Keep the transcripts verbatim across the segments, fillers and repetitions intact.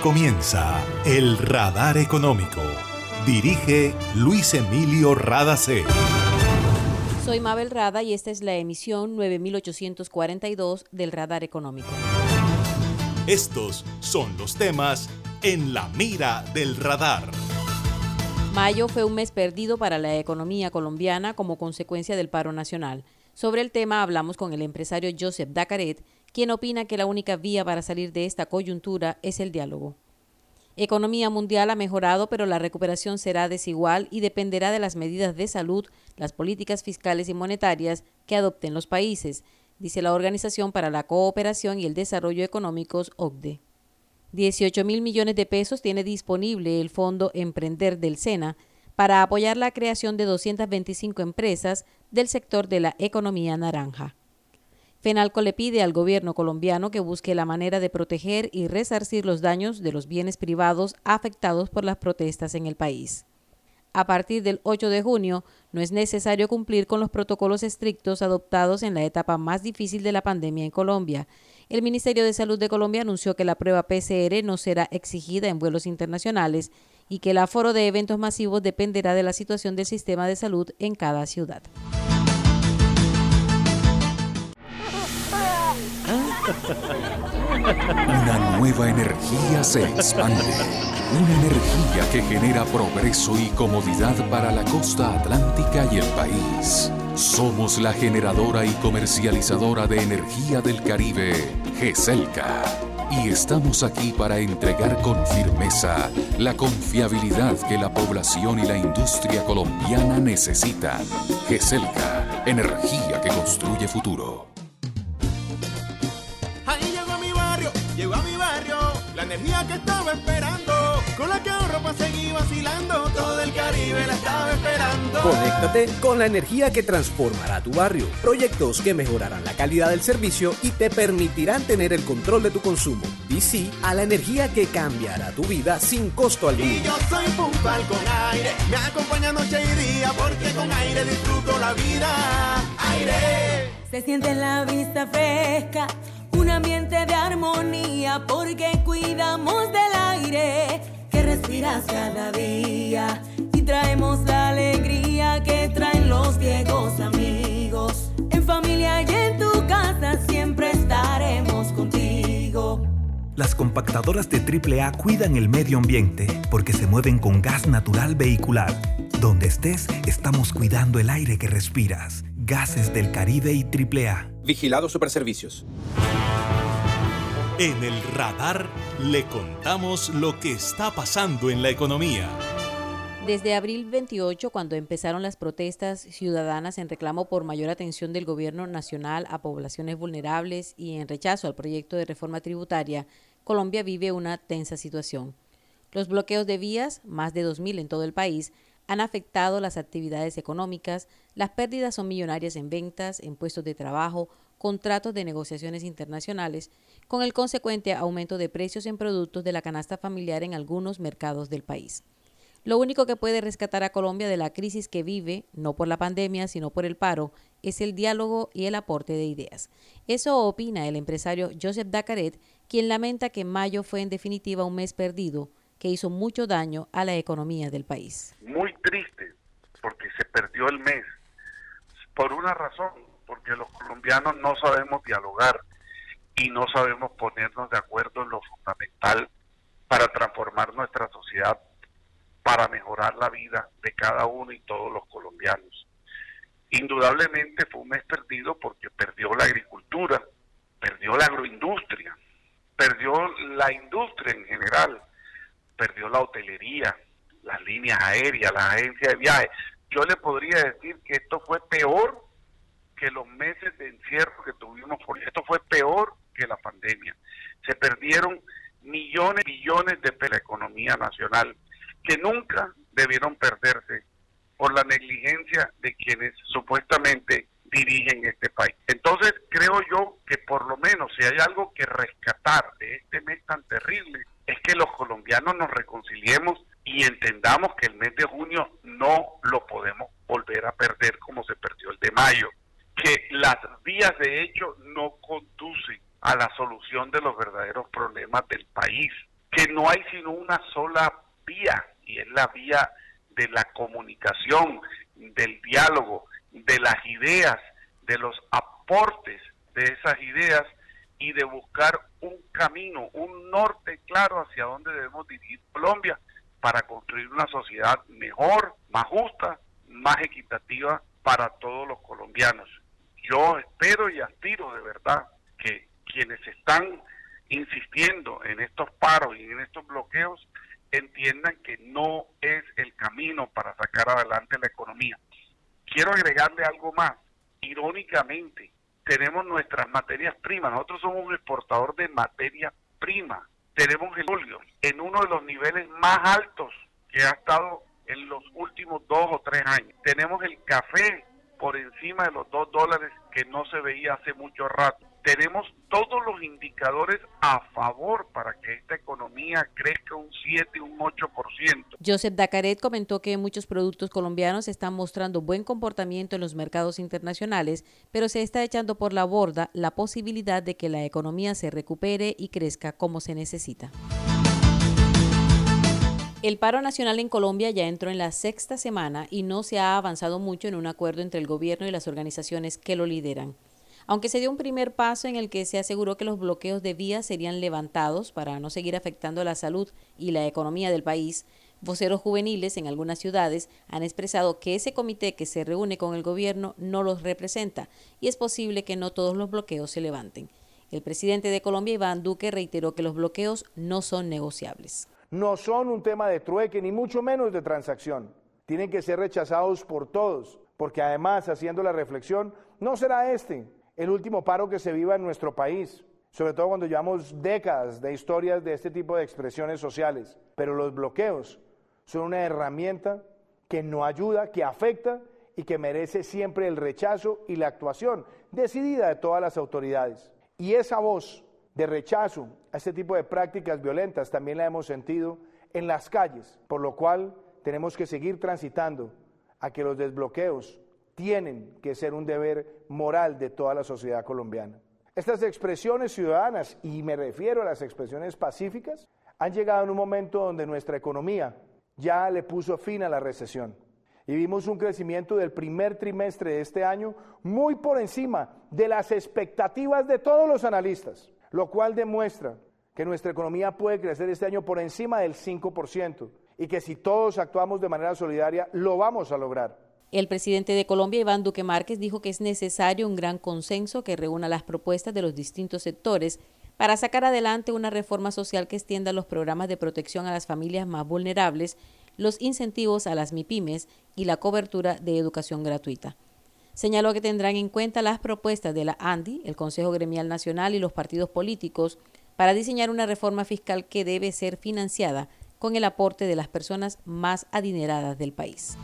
comienza El Radar Económico. Dirige Luis Emilio Radacé. Soy Mabel Rada y esta es la emisión nueve mil ochocientos cuarenta y dos del Radar Económico. Estos son los temas en la mira del radar. Mayo fue un mes perdido para la economía colombiana como consecuencia del paro nacional. Sobre el tema hablamos con el empresario Joseph Dacaret, quien opina que la única vía para salir de esta coyuntura es el diálogo. Economía mundial ha mejorado, pero la recuperación será desigual y dependerá de las medidas de salud, las políticas fiscales y monetarias que adopten los países, dice la Organización para la Cooperación y el Desarrollo Económicos, O C D E. dieciocho mil millones de pesos tiene disponible el Fondo Emprender del SENA para apoyar la creación de doscientas veinticinco empresas del sector de la economía naranja. FENALCO le pide al gobierno colombiano que busque la manera de proteger y resarcir los daños de los bienes privados afectados por las protestas en el país. A partir del ocho de junio, no es necesario cumplir con los protocolos estrictos adoptados en la etapa más difícil de la pandemia en Colombia. El Ministerio de Salud de Colombia anunció que la prueba P C R no será exigida en vuelos internacionales y que el aforo de eventos masivos dependerá de la situación del sistema de salud en cada ciudad. Una nueva energía se expande. Una energía que genera progreso y comodidad para la costa atlántica y el país. Somos la generadora y comercializadora de energía del Caribe, GESELCA. Y estamos aquí para entregar con firmeza la confiabilidad que la población y la industria colombiana necesitan. GESELCA, energía que construye futuro. Llegó a mi barrio la energía que estaba esperando, con la que ahorro para seguir vacilando, todo el Caribe la estaba esperando. Conéctate con la energía que transformará tu barrio, proyectos que mejorarán la calidad del servicio y te permitirán tener el control de tu consumo. Di sí a la energía que cambiará tu vida sin costo alguno. Y yo soy puntual con Aire, me acompaña noche y día, porque con Aire disfruto la vida. Aire. Se siente la vista fresca, un ambiente de armonía, porque cuidamos del aire que respiras cada día y traemos la alegría que traen los viejos amigos. En familia y en tu casa siempre estaremos contigo. Las compactadoras de triple A cuidan el medio ambiente porque se mueven con gas natural vehicular. Donde estés, estamos cuidando el aire que respiras. Gases del Caribe y triple A. Vigilado Superservicios. En el radar le contamos lo que está pasando en la economía. Desde abril veintiocho, cuando empezaron las protestas ciudadanas en reclamo por mayor atención del gobierno nacional a poblaciones vulnerables y en rechazo al proyecto de reforma tributaria, Colombia vive una tensa situación. Los bloqueos de vías, más de dos mil en todo el país, han afectado las actividades económicas, las pérdidas son millonarias en ventas, en puestos de trabajo, contratos de negociaciones internacionales, con el consecuente aumento de precios en productos de la canasta familiar en algunos mercados del país. Lo único que puede rescatar a Colombia de la crisis que vive, no por la pandemia, sino por el paro, es el diálogo y el aporte de ideas. Eso opina el empresario Joseph Dacaret, quien lamenta que mayo fue en definitiva un mes perdido, que hizo mucho daño a la economía del país. Muy triste, porque se perdió el mes, por una razón, porque los colombianos no sabemos dialogar y no sabemos ponernos de acuerdo en lo fundamental para transformar nuestra sociedad, para mejorar la vida de cada uno y todos los colombianos. Indudablemente fue un mes perdido porque perdió la agricultura, perdió la agroindustria, perdió la industria en general, perdió la hotelería, las líneas aéreas, las agencias de viajes. Yo le podría decir que esto fue peor que los meses de encierro que tuvimos, porque esto fue peor que la pandemia. Se perdieron millones, billones de pesos de la economía nacional que nunca debieron perderse por la negligencia de quienes supuestamente dirigen este país. Entonces creo yo que por lo menos si hay algo que rescatar de este mes tan terrible es que los colombianos nos reconciliemos y entendamos que el mes de junio no lo podemos volver a perder como se perdió el de mayo, que las vías de hecho no conducen a la solución de los verdaderos problemas del país, que no hay sino una sola vía, y es la vía de la comunicación, del diálogo, de las ideas, de los aportes de esas ideas y de buscar un camino, un norte claro hacia dónde debemos dirigir Colombia para construir una sociedad mejor, más justa, más equitativa para todos los colombianos. Yo espero y aspiro de verdad que quienes están insistiendo en estos paros y en estos bloqueos entiendan que no es el camino para sacar adelante la economía. Quiero agregarle algo más. Irónicamente, tenemos nuestras materias primas. Nosotros somos un exportador de materia prima. Tenemos el petróleo en uno de los niveles más altos que ha estado en los últimos dos o tres años. Tenemos el café por encima de los dos dólares que no se veía hace mucho rato. Tenemos todos los indicadores a favor para que esta economía crezca un siete, un ocho por ciento. Joseph Dacaret comentó que muchos productos colombianos están mostrando buen comportamiento en los mercados internacionales, pero se está echando por la borda la posibilidad de que la economía se recupere y crezca como se necesita. El paro nacional en Colombia ya entró en la sexta semana y no se ha avanzado mucho en un acuerdo entre el gobierno y las organizaciones que lo lideran. Aunque se dio un primer paso en el que se aseguró que los bloqueos de vías serían levantados para no seguir afectando la salud y la economía del país, voceros juveniles en algunas ciudades han expresado que ese comité que se reúne con el gobierno no los representa y es posible que no todos los bloqueos se levanten. El presidente de Colombia, Iván Duque, reiteró que los bloqueos no son negociables. No son un tema de trueque, ni mucho menos de transacción. Tienen que ser rechazados por todos, porque además, haciendo la reflexión, no será este el último paro que se viva en nuestro país, sobre todo cuando llevamos décadas de historias de este tipo de expresiones sociales. Pero los bloqueos son una herramienta que no ayuda, que afecta y que merece siempre el rechazo y la actuación decidida de todas las autoridades. Y esa voz de rechazo a este tipo de prácticas violentas también la hemos sentido en las calles, por lo cual tenemos que seguir transitando a que los desbloqueos tienen que ser un deber moral de toda la sociedad colombiana. Estas expresiones ciudadanas, y me refiero a las expresiones pacíficas, han llegado en un momento donde nuestra economía ya le puso fin a la recesión. Y vimos un crecimiento del primer trimestre de este año muy por encima de las expectativas de todos los analistas, lo cual demuestra que nuestra economía puede crecer este año por encima del cinco por ciento y que si todos actuamos de manera solidaria, lo vamos a lograr. El presidente de Colombia, Iván Duque Márquez, dijo que es necesario un gran consenso que reúna las propuestas de los distintos sectores para sacar adelante una reforma social que extienda los programas de protección a las familias más vulnerables, los incentivos a las MIPYMES y la cobertura de educación gratuita. Señaló que tendrán en cuenta las propuestas de la ANDI, el Consejo Gremial Nacional y los partidos políticos para diseñar una reforma fiscal que debe ser financiada con el aporte de las personas más adineradas del país.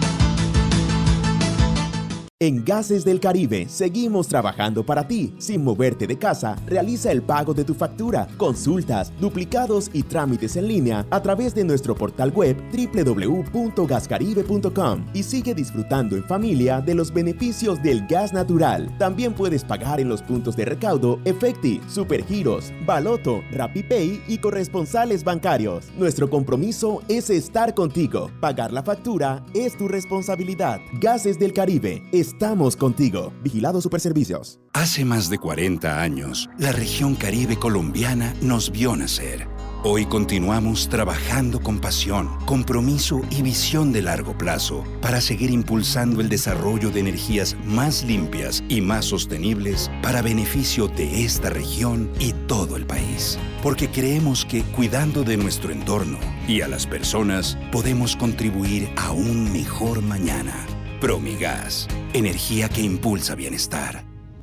En Gases del Caribe seguimos trabajando para ti. Sin moverte de casa, realiza el pago de tu factura, consultas, duplicados y trámites en línea a través de nuestro portal web doble u doble u doble u punto gas caribe punto com y sigue disfrutando en familia de los beneficios del gas natural. También puedes pagar en los puntos de recaudo Efecti, Supergiros, Baloto, RappiPay y corresponsales bancarios. Nuestro compromiso es estar contigo. Pagar la factura es tu responsabilidad. Gases del Caribe. Estamos contigo. Vigilado Superservicios. Hace más de cuarenta años, la región Caribe colombiana nos vio nacer. Hoy continuamos trabajando con pasión, compromiso y visión de largo plazo para seguir impulsando el desarrollo de energías más limpias y más sostenibles para beneficio de esta región y todo el país. Porque creemos que cuidando de nuestro entorno y a las personas, podemos contribuir a un mejor mañana. Promigas, energía que impulsa bienestar.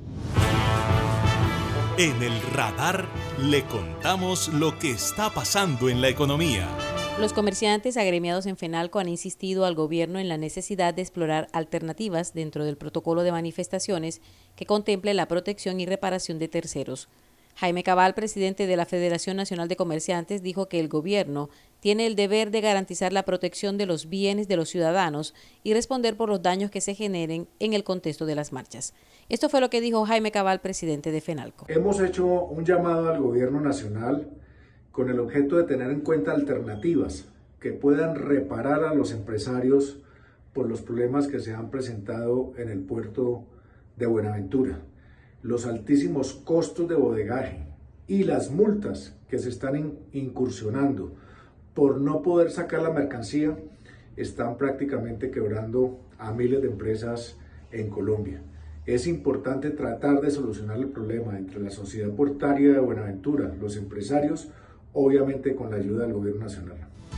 En el radar le contamos lo que está pasando en la economía. Los comerciantes agremiados en FENALCO han insistido al gobierno en la necesidad de explorar alternativas dentro del protocolo de manifestaciones que contemple la protección y reparación de terceros. Jaime Cabal, presidente de la Federación Nacional de Comerciantes, dijo que el gobierno tiene el deber de garantizar la protección de los bienes de los ciudadanos y responder por los daños que se generen en el contexto de las marchas. Esto fue lo que dijo Jaime Cabal, presidente de FENALCO. Hemos hecho un llamado al gobierno nacional con el objeto de tener en cuenta alternativas que puedan reparar a los empresarios por los problemas que se han presentado en el puerto de Buenaventura, los altísimos costos de bodegaje y las multas que se están incursionando por no poder sacar la mercancía están prácticamente quebrando a miles de empresas en Colombia. Es importante tratar de solucionar el problema entre la sociedad portuaria de Buenaventura, los empresarios, obviamente con la ayuda del gobierno nacional.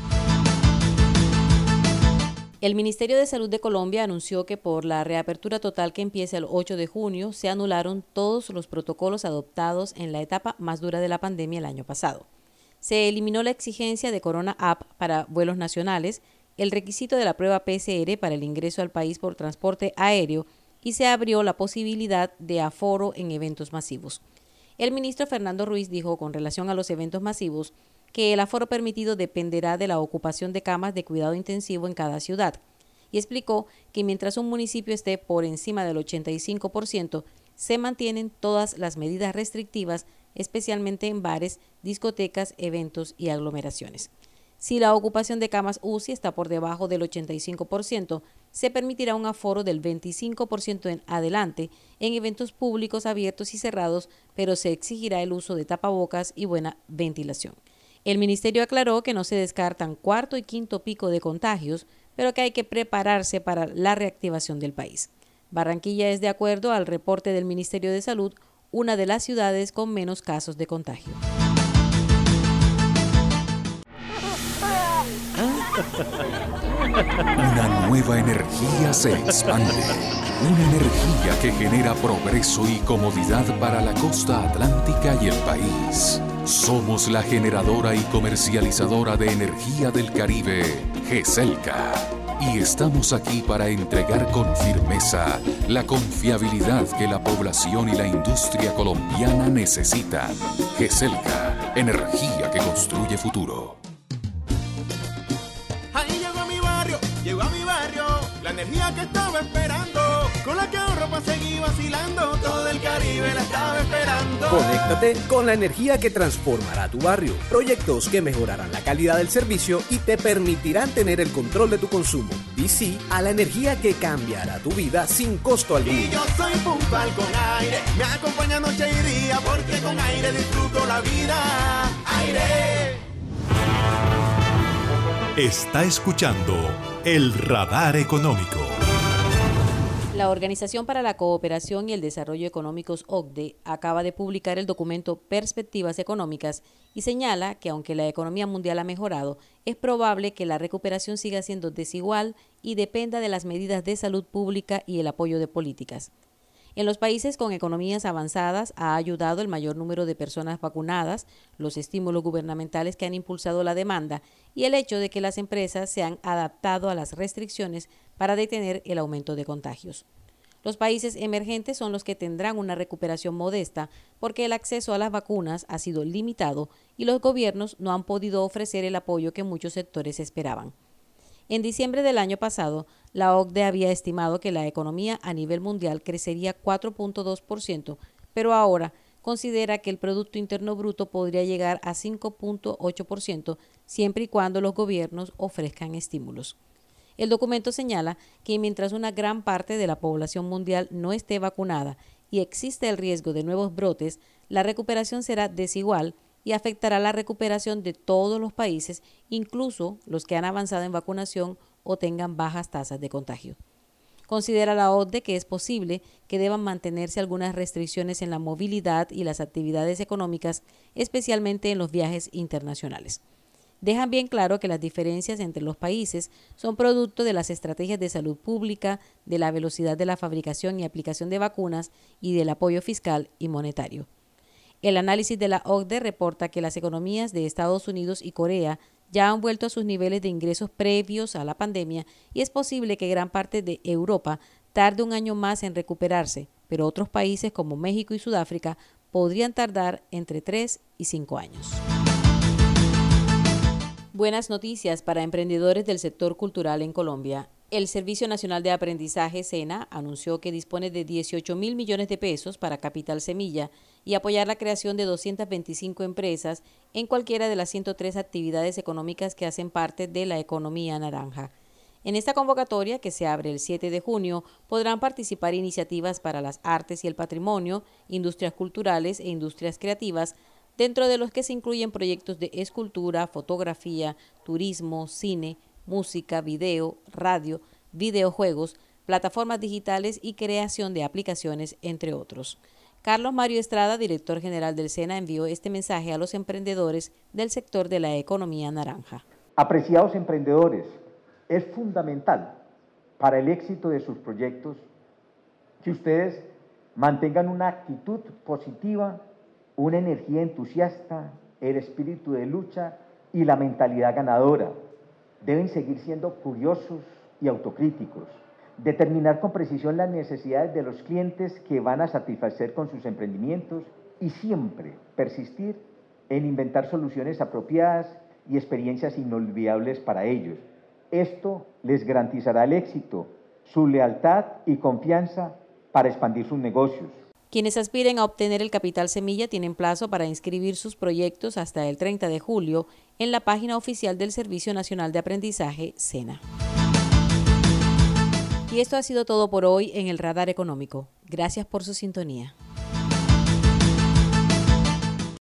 El Ministerio de Salud de Colombia anunció que por la reapertura total que empieza el ocho de junio, se anularon todos los protocolos adoptados en la etapa más dura de la pandemia el año pasado. Se eliminó la exigencia de Corona App para vuelos nacionales, el requisito de la prueba P C R para el ingreso al país por transporte aéreo y se abrió la posibilidad de aforo en eventos masivos. El ministro Fernando Ruiz dijo con relación a los eventos masivos que el aforo permitido dependerá de la ocupación de camas de cuidado intensivo en cada ciudad y explicó que mientras un municipio esté por encima del ochenta y cinco por ciento, se mantienen todas las medidas restrictivas, especialmente en bares, discotecas, eventos y aglomeraciones. Si la ocupación de camas U C I está por debajo del ochenta y cinco por ciento, se permitirá un aforo del veinticinco por ciento en adelante en eventos públicos abiertos y cerrados, pero se exigirá el uso de tapabocas y buena ventilación. El ministerio aclaró que no se descartan cuarto y quinto pico de contagios, pero que hay que prepararse para la reactivación del país. Barranquilla es, de acuerdo al reporte del Ministerio de Salud, una de las ciudades con menos casos de contagio. Una nueva energía se expande. Una energía que genera progreso y comodidad para la costa atlántica y el país. Somos la generadora y comercializadora de energía del Caribe, GESELCA. Y estamos aquí para entregar con firmeza la confiabilidad que la población y la industria colombiana necesitan. GESELCA, energía que construye futuro. Ahí llegó a mi barrio, llegó a mi barrio, la energía que estaba esperando, con la que ahorro para seguir vacilando, todo el Caribe la estaba esperando. Conéctate con la energía que transformará tu barrio. Proyectos que mejorarán la calidad del servicio y te permitirán tener el control de tu consumo. Di sí a la energía que cambiará tu vida sin costo alguno. Y yo soy puntual con aire, me acompaña noche y día, porque con aire disfruto la vida. Aire. Está escuchando el Radar Económico. La Organización para la Cooperación y el Desarrollo Económicos, O C D E, acaba de publicar el documento Perspectivas Económicas y señala que aunque la economía mundial ha mejorado, es probable que la recuperación siga siendo desigual y dependa de las medidas de salud pública y el apoyo de políticas. En los países con economías avanzadas ha ayudado el mayor número de personas vacunadas, los estímulos gubernamentales que han impulsado la demanda y el hecho de que las empresas se han adaptado a las restricciones para detener el aumento de contagios. Los países emergentes son los que tendrán una recuperación modesta porque el acceso a las vacunas ha sido limitado y los gobiernos no han podido ofrecer el apoyo que muchos sectores esperaban. En diciembre del año pasado, la O C D E había estimado que la economía a nivel mundial crecería cuatro punto dos por ciento, pero ahora considera que el Producto Interno Bruto podría llegar a cinco punto ocho por ciento siempre y cuando los gobiernos ofrezcan estímulos. El documento señala que mientras una gran parte de la población mundial no esté vacunada y existe el riesgo de nuevos brotes, la recuperación será desigual y afectará la recuperación de todos los países, incluso los que han avanzado en vacunación o tengan bajas tasas de contagio. Considera la O C D E que es posible que deban mantenerse algunas restricciones en la movilidad y las actividades económicas, especialmente en los viajes internacionales. Dejan bien claro que las diferencias entre los países son producto de las estrategias de salud pública, de la velocidad de la fabricación y aplicación de vacunas y del apoyo fiscal y monetario. El análisis de la O C D E reporta que las economías de Estados Unidos y Corea ya han vuelto a sus niveles de ingresos previos a la pandemia y es posible que gran parte de Europa tarde un año más en recuperarse, pero otros países como México y Sudáfrica podrían tardar entre tres y cinco años. Buenas noticias para emprendedores del sector cultural en Colombia. El Servicio Nacional de Aprendizaje, SENA, anunció que dispone de dieciocho mil millones de pesos para Capital Semilla y apoyar la creación de doscientas veinticinco empresas en cualquiera de las ciento tres actividades económicas que hacen parte de la economía naranja. En esta convocatoria, que se abre el siete de junio, podrán participar iniciativas para las artes y el patrimonio, industrias culturales e industrias creativas, dentro de los que se incluyen proyectos de escultura, fotografía, turismo, cine, música, video, radio, videojuegos, plataformas digitales y creación de aplicaciones, entre otros. Carlos Mario Estrada, director general del SENA, envió este mensaje a los emprendedores del sector de la economía naranja. Apreciados emprendedores, es fundamental para el éxito de sus proyectos que ustedes mantengan una actitud positiva, una energía entusiasta, el espíritu de lucha y la mentalidad ganadora. Deben seguir siendo curiosos y autocríticos, determinar con precisión las necesidades de los clientes que van a satisfacer con sus emprendimientos y siempre persistir en inventar soluciones apropiadas y experiencias inolvidables para ellos. Esto les garantizará el éxito, su lealtad y confianza para expandir sus negocios. Quienes aspiren a obtener el capital semilla tienen plazo para inscribir sus proyectos hasta el treinta de julio en la página oficial del Servicio Nacional de Aprendizaje, SENA. Y esto ha sido todo por hoy en el Radar Económico. Gracias por su sintonía.